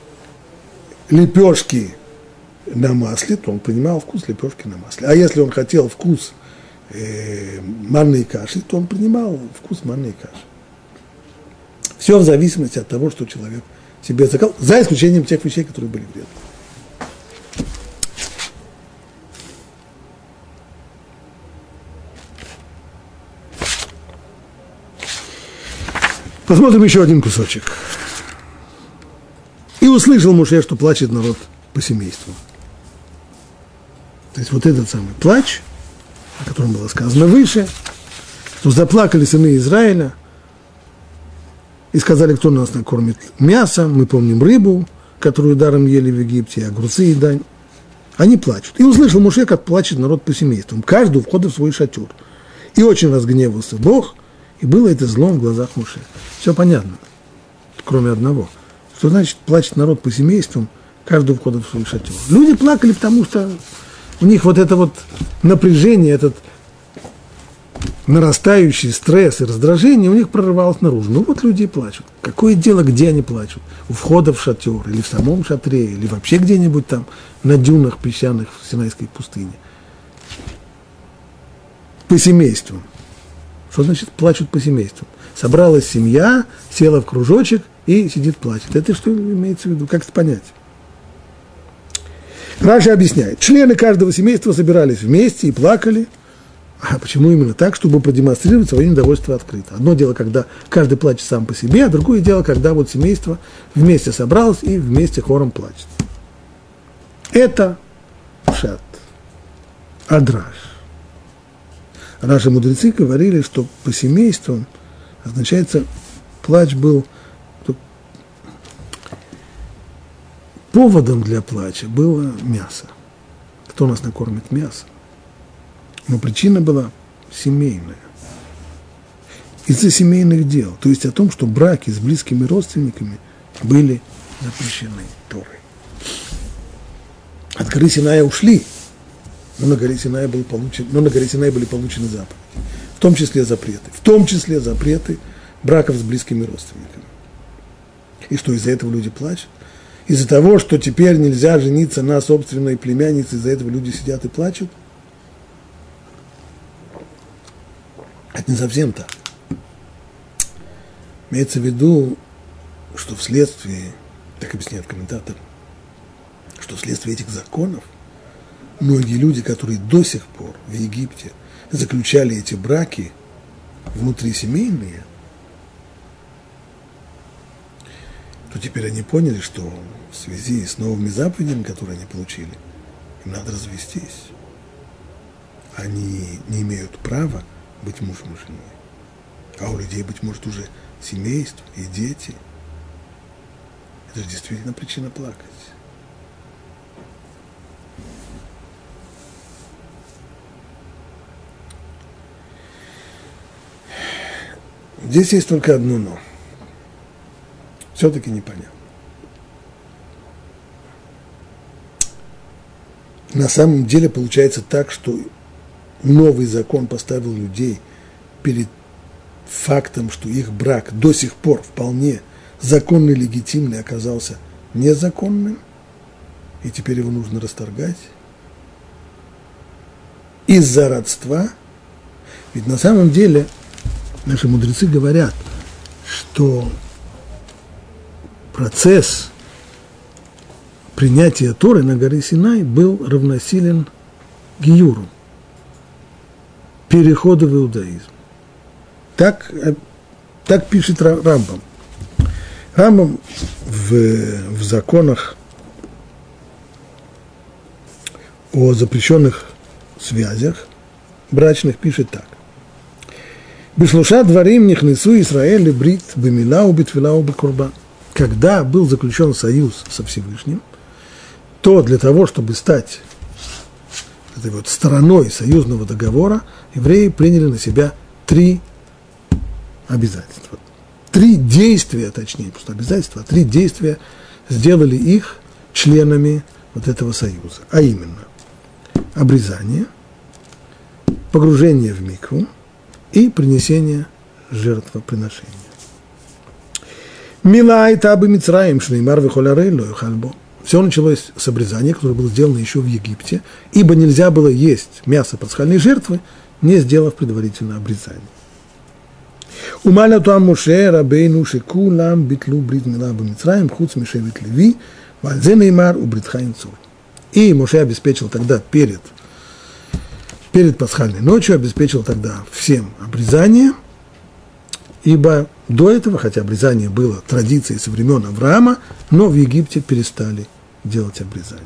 лепешки на масле, то он принимал вкус лепешки на масле. А если он хотел вкус э, манной каши, то он принимал вкус манной каши. Все в зависимости от того, что человек себе заказал, за исключением тех вещей, которые были вредны. Посмотрим еще один кусочек. «И услышал Моше, что плачет народ по семейству». То есть вот этот самый плач, о котором было сказано выше, что заплакали сыны Израиля и сказали, кто нас накормит мясом, мы помним рыбу, которую даром ели в Египте, огурцы и дань. Они плачут. И услышал Моше, как плачет народ по семействам, каждый у входа в свой шатер. И очень разгневался Бог, и было это злом в глазах Моше. Все понятно, кроме одного. Что значит плачет народ по семействам, каждый у входа в свой шатер? Люди плакали, потому что у них вот это вот напряжение, этот нарастающий стресс и раздражение у них прорывалось наружу. Ну вот люди и плачут. Какое дело, где они плачут? У входа в шатер, или в самом шатре, или вообще где-нибудь там на дюнах песчаных в Синайской пустыне. По семействам. Что значит плачут по семействам? Собралась семья, села в кружочек и сидит плачет. Это что имеется в виду? Как это понять? Раши объясняет. Члены каждого семейства собирались вместе и плакали. А почему именно так? Чтобы продемонстрировать свое недовольство открыто. Одно дело, когда каждый плачет сам по себе, а другое дело, когда вот семейство вместе собралось и вместе хором плачет. Это пшат, адраш. Наши мудрецы говорили, что по семействам означается, плач был, поводом для плача было мясо. Кто нас накормит мясом? Но причина была семейная. Из-за семейных дел. То есть о том, что браки с близкими родственниками были запрещены Торой. От горы Синая ушли. но на горе Синай, был получен, но на горе Синай были получены заповеди, в том числе запреты, в том числе запреты браков с близкими родственниками. И что, из-за этого люди плачут? Из-за того, что теперь нельзя жениться на собственной племяннице, из-за этого люди сидят и плачут? Это не совсем так. Имеется в виду, что вследствие, так объясняют комментаторы, что вследствие этих законов многие люди, которые до сих пор в Египте заключали эти браки внутрисемейные, то теперь они поняли, что в связи с новыми заповедями, которые они получили, им надо развестись. Они не имеют права быть мужем и женой. А у людей, быть может, уже семейство и дети. Это же действительно причина плакать. Здесь есть только одно «но». Все-таки непонятно. На самом деле получается так, что новый закон поставил людей перед фактом, что их брак до сих пор вполне законный, легитимный, оказался незаконным, и теперь его нужно расторгать из-за родства. Ведь на самом деле наши мудрецы говорят, что процесс принятия Торы на горе Синай был равносилен гиюру, переходу в иудаизм. Так, так пишет Рамбам. Рамбам в, в законах о запрещенных связях брачных пишет так. «Бешлуша дворим нихнесу Исраэль брит бемилау битвилау бекурбан». Когда был заключен союз со Всевышним, то для того, чтобы стать этой вот стороной союзного договора, евреи приняли на себя три обязательства. Три действия, точнее, просто обязательства, три действия сделали их членами вот этого союза. А именно, обрезание, погружение в микву и принесение жертвоприношения. Мила и табы Мицраим, Шнеймар вихолярей ло юхальбо. Все началось с обрезания, которое было сделано еще в Египте, ибо нельзя было есть мясо пасхальной жертвы, не сделав предварительно обрезание. Умаля туам Моше рабейну шекулам битлу брит мила б'Мицраим хуц мишевет Леви вальзе неймар у брит хаим цур. И Моше обеспечил тогда перед, перед пасхальной ночью, обеспечил тогда всем обрезание, ибо до этого, хотя обрезание было традицией со времен Авраама, но в Египте перестали делать обрезание.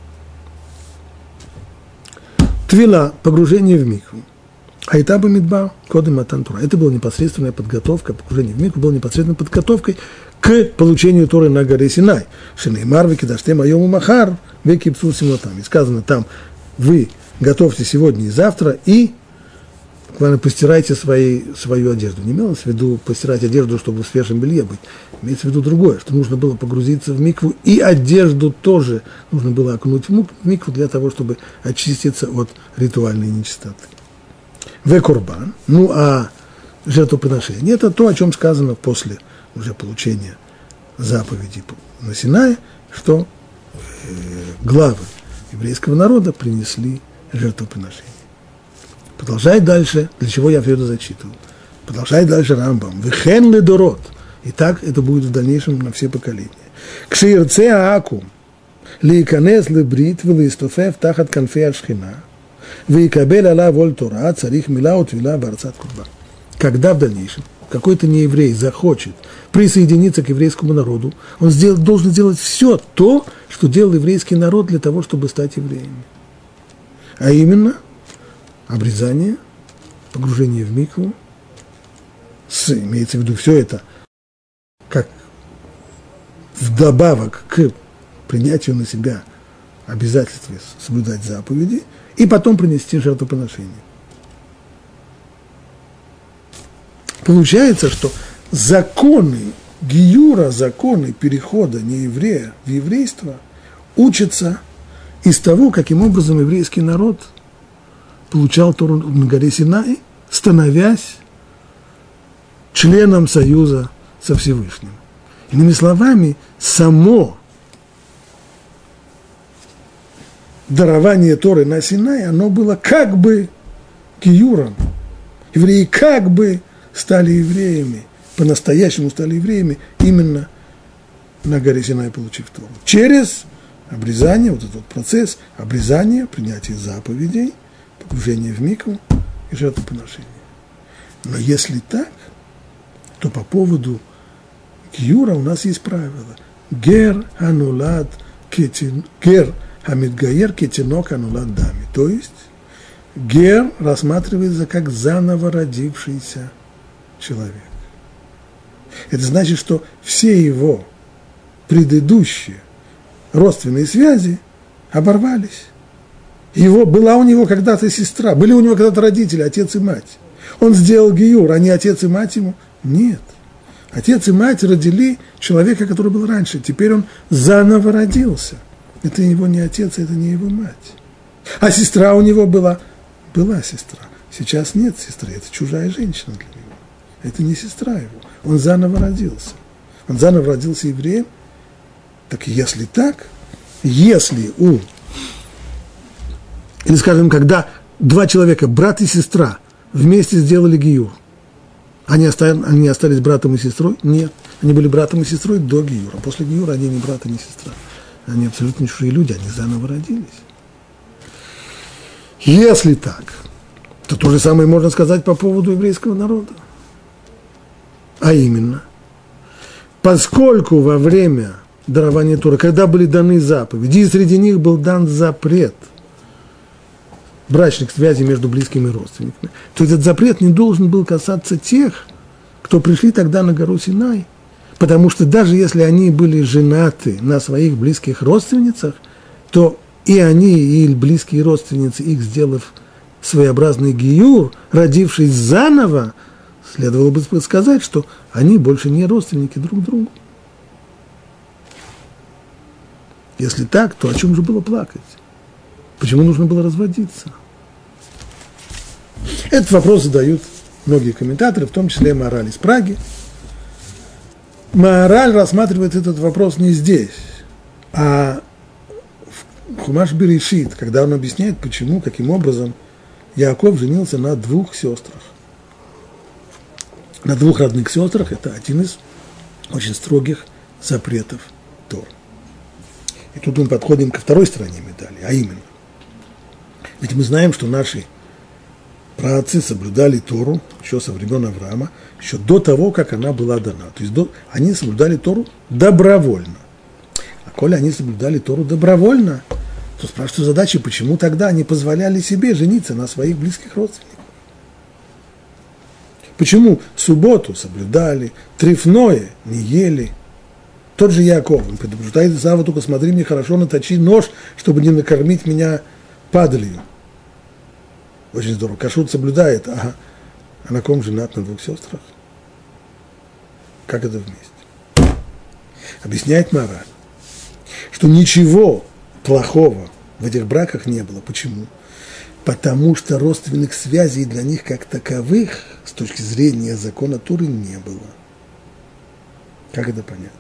Твила, погружение в микву. Айтаба мидбар, коды матан Тора. Это была непосредственная подготовка, погружение в микву была непосредственной подготовкой к получению Торы на горе Синай. Шинеймар векидаштем айому махар векипсу симлотам. И сказано там, вы готовьте сегодня и завтра, и буквально постирайте свои, свою одежду. Не имелось в виду постирать одежду, чтобы в свежем белье быть. Имеется в виду другое, что нужно было погрузиться в микву, и одежду тоже нужно было окунуть в микву для того, чтобы очиститься от ритуальной нечистоты. В курбан, ну а жертвоприношение – это то, о чем сказано после уже получения заповеди на Синае, что э, главы еврейского народа принесли жертвоприношение. Продолжает дальше, для чего я все это зачитывал. Продолжает дальше Рамбам. Вехен ледорот. И так это будет в дальнейшем на все поколения. Кширце аакум лейканес лебрит велистофев тахат канфе ашхина вейкабель ала воль Тора царих мила утвила барцат курбан. Когда в дальнейшем какой-то нееврей захочет присоединиться к еврейскому народу, он сдел, должен сделать все то, что делал еврейский народ для того, чтобы стать евреями. А именно обрезание, погружение в микву, с, имеется в виду все это, как вдобавок к принятию на себя обязательства соблюдать заповеди, и потом принести жертвоприношение. Получается, что законы гиюра, законы перехода нееврея в еврейство учатся из того, каким образом еврейский народ получал Тору на горе Синай, становясь членом союза со Всевышним. Иными словами, само дарование Торы на Синай, оно было как бы гиюром. Евреи как бы стали евреями, по-настоящему стали евреями именно на горе Синай, получив Тору. Через обрезание, вот этот процесс обрезания, принятия заповедей, погружения в микву и жертвоприношения. Но если так, то по поводу гиюра у нас есть правило. Гер ханулад кетин, гер хамидгаер кетинок ханулад дами. То есть гер рассматривается как заново родившийся человек. Это значит, что все его предыдущие родственные связи оборвались. Его, была у него когда-то сестра, были у него когда-то родители, отец и мать. Он сделал гиюр, а не отец и мать ему? Нет. Отец и мать родили человека, который был раньше. Теперь он заново родился. Это его не отец, это не его мать. А сестра у него была? Была сестра. Сейчас нет сестры, это чужая женщина для него. Это не сестра его. Он заново родился. Он заново родился евреем. Так если так, если у, или скажем, когда два человека, брат и сестра, вместе сделали гиюр, они остались, они остались братом и сестрой? Нет. Они были братом и сестрой до гиюра. После гиюра они не брат и не сестра. Они абсолютно чужие люди, они заново родились. Если так, то то же самое можно сказать по поводу еврейского народа. А именно, поскольку во время дарования Торы, когда были даны заповеди, и среди них был дан запрет брачных связей между близкими родственниками, то этот запрет не должен был касаться тех, кто пришли тогда на гору Синай, потому что даже если они были женаты на своих близких родственницах, то и они, и близкие родственницы, их сделав своеобразный гиюр, родившись заново, следовало бы сказать, что они больше не родственники друг другу. Если так, то о чем же было плакать? Почему нужно было разводиться? Этот вопрос задают многие комментаторы, в том числе Маораль из Праги. Маораль рассматривает этот вопрос не здесь, а в Хумаш Берешит, когда он объясняет, почему, каким образом Яаков женился на двух сестрах. На двух родных сестрах – это один из очень строгих запретов Торы. И тут мы подходим ко второй стороне медали, а именно, ведь мы знаем, что наши праотцы соблюдали Тору еще со времен Авраама, еще до того, как она была дана. То есть до, они соблюдали Тору добровольно. А коли они соблюдали Тору добровольно, то спрашивается задача, почему тогда они позволяли себе жениться на своих близких родственниках? Почему субботу соблюдали, трефное не ели? Тот же Яаков, он предупреждает Исава, только смотри мне хорошо, наточи нож, чтобы не накормить меня падалью. Очень здорово. Кашрут соблюдает, ага. А на ком женат? На двух сестрах? Как это вместе? Объясняет Маораль, что ничего плохого в этих браках не было. Почему? Потому что родственных связей для них как таковых, с точки зрения закона Торы, не было. Как это понять?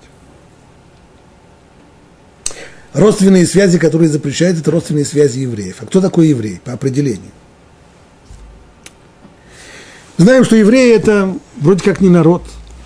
Родственные связи, которые запрещают, это родственные связи евреев. А кто такой еврей по определению? Знаем, что евреи – это вроде как не народ,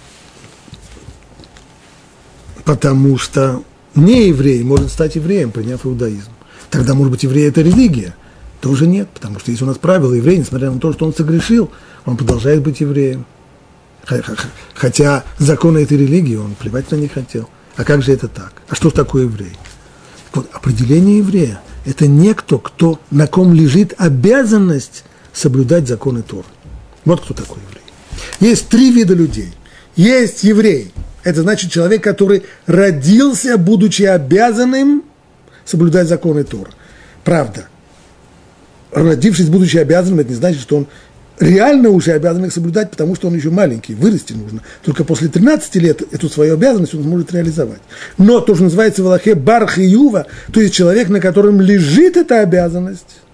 потому что не еврей может стать евреем, приняв иудаизм. Тогда, может быть, еврей – это религия? Тоже нет, потому что есть у нас правило, еврей, несмотря на то, что он согрешил, он продолжает быть евреем. Хотя законы этой религии он плевать на них хотел. А как же это так? А что такое еврей? Вот определение еврея – это некто, кто, на ком лежит обязанность соблюдать законы Торы. Вот кто такой еврей. Есть три вида людей. Есть еврей. Это значит человек, который родился, будучи обязанным соблюдать законы Торы. Правда. Родившись, будучи обязанным, это не значит, что он реально уже обязан их соблюдать, потому что он еще маленький, вырасти нужно. Только после тринадцати лет эту свою обязанность он сможет реализовать. Но то, что называется в Алахе бар хиюва, то есть человек, на котором лежит эта обязанность,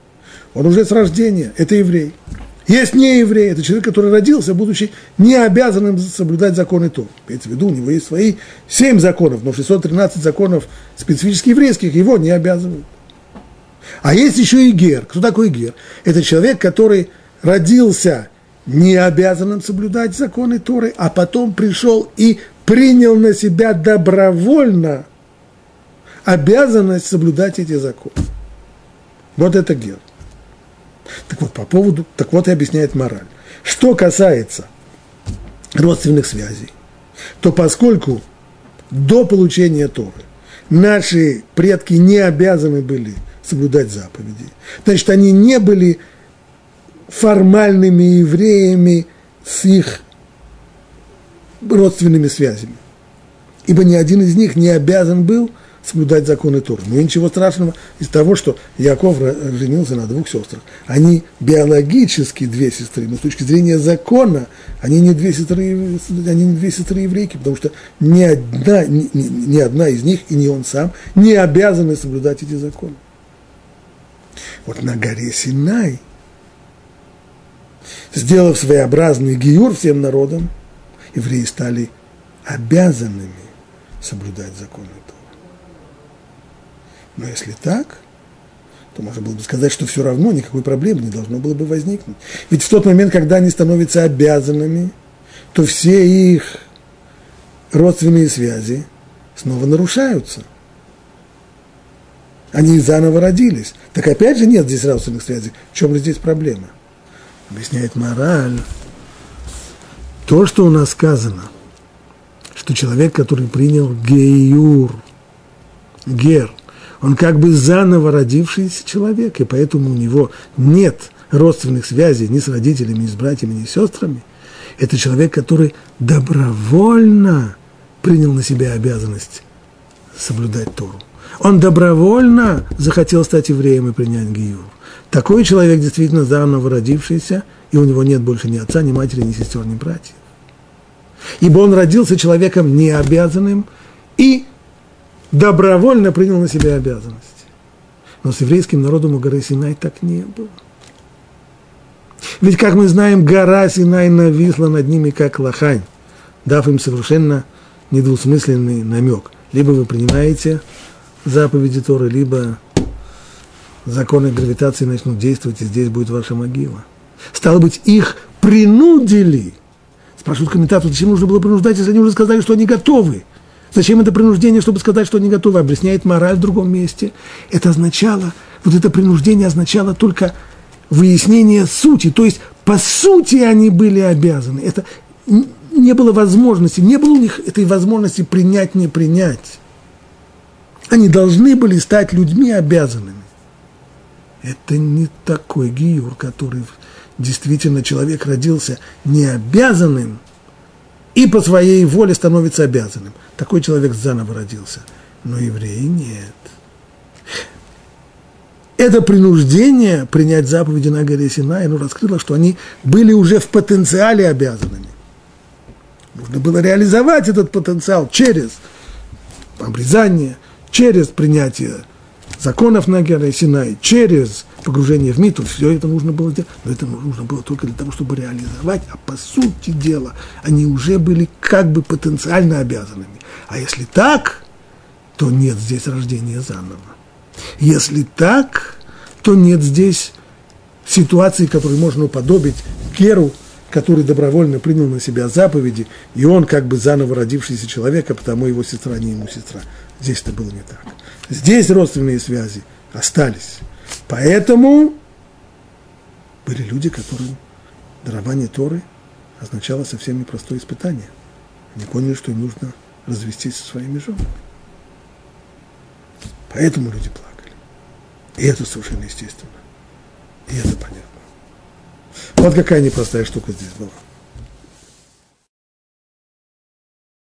он уже с рождения, это еврей. Есть нееврей, это человек, который родился, будучи не обязанным соблюдать законы Торы. Имеется в виду, у него есть свои семь законов, но шестьсот тринадцать законов специфически еврейских его не обязывают. А есть еще и гер. Кто такой гер? Это человек, который родился не обязанным соблюдать законы Торы, а потом пришел и принял на себя добровольно обязанность соблюдать эти законы. Вот это гер. Так вот, по поводу, так вот и объясняет мораль. Что касается родственных связей, то поскольку до получения Торы наши предки не обязаны были соблюдать заповеди, значит, они не были формальными евреями с их родственными связями, ибо ни один из них не обязан был соблюдать законы Торы. Но ничего страшного из того, что Яков женился на двух сестрах. Они биологически две сестры, но с точки зрения закона они не две сестры, они не две сестры еврейки, потому что ни одна, ни, ни одна из них, и не он сам, не обязаны соблюдать эти законы. Вот на горе Синай, сделав своеобразный гиюр всем народам, евреи стали обязанными соблюдать законы Торы. Но если так, то можно было бы сказать, что все равно никакой проблемы не должно было бы возникнуть. Ведь в тот момент, когда они становятся обязанными, то все их родственные связи снова нарушаются. Они заново родились. Так опять же нет здесь родственных связей. В чем же здесь проблема? Объясняет мораль. То, что у нас сказано, что человек, который принял геюр, гер, он как бы заново родившийся человек, и поэтому у него нет родственных связей ни с родителями, ни с братьями, ни с сестрами. Это человек, который добровольно принял на себя обязанность соблюдать Тору. Он добровольно захотел стать евреем и принять гиюр. Такой человек действительно заново родившийся, и у него нет больше ни отца, ни матери, ни сестер, ни братьев. Ибо он родился человеком необязанным и добровольно принял на себя обязанности. Но с еврейским народом у горы Синай так не было. Ведь, как мы знаем, гора Синай нависла над ними, как лохань, дав им совершенно недвусмысленный намек. Либо вы принимаете заповеди Торы, либо законы гравитации начнут действовать, и здесь будет ваша могила. Стало быть, их принудили. Спрашивают комментаторы, зачем нужно было принуждать, если они уже сказали, что они готовы? Зачем это принуждение, чтобы сказать, что они готовы? Объясняет мораль в другом месте. Это означало, вот это принуждение означало только выяснение сути. То есть, по сути, они были обязаны. Это не было возможности, не было у них этой возможности принять, не принять. Они должны были стать людьми обязанными. Это не такой гиюр, который действительно человек родился не обязанным, и по своей воле становится обязанным. Такой человек заново родился. Но евреи нет. Это принуждение принять заповеди на горе Синай, оно раскрыло, что они были уже в потенциале обязанными. Нужно было реализовать этот потенциал через обрезание, через принятие законов на горе Синай, через погружение в митву. Все это нужно было делать, но это нужно было только для того, чтобы реализовать, а по сути дела они уже были как бы потенциально обязанными. А если так, то нет здесь рождения заново. Если так, то нет здесь ситуации, которую можно уподобить Керу, который добровольно принял на себя заповеди, и он как бы заново родившийся человек, а потому его сестра не ему сестра. Здесь это было не так. Здесь родственные связи остались. Поэтому были люди, которым дарование Торы означало совсем непростое испытание. Они поняли, что им нужно развестись со своими женами. Поэтому люди плакали. И это совершенно естественно. И это понятно. Вот какая непростая штука здесь была.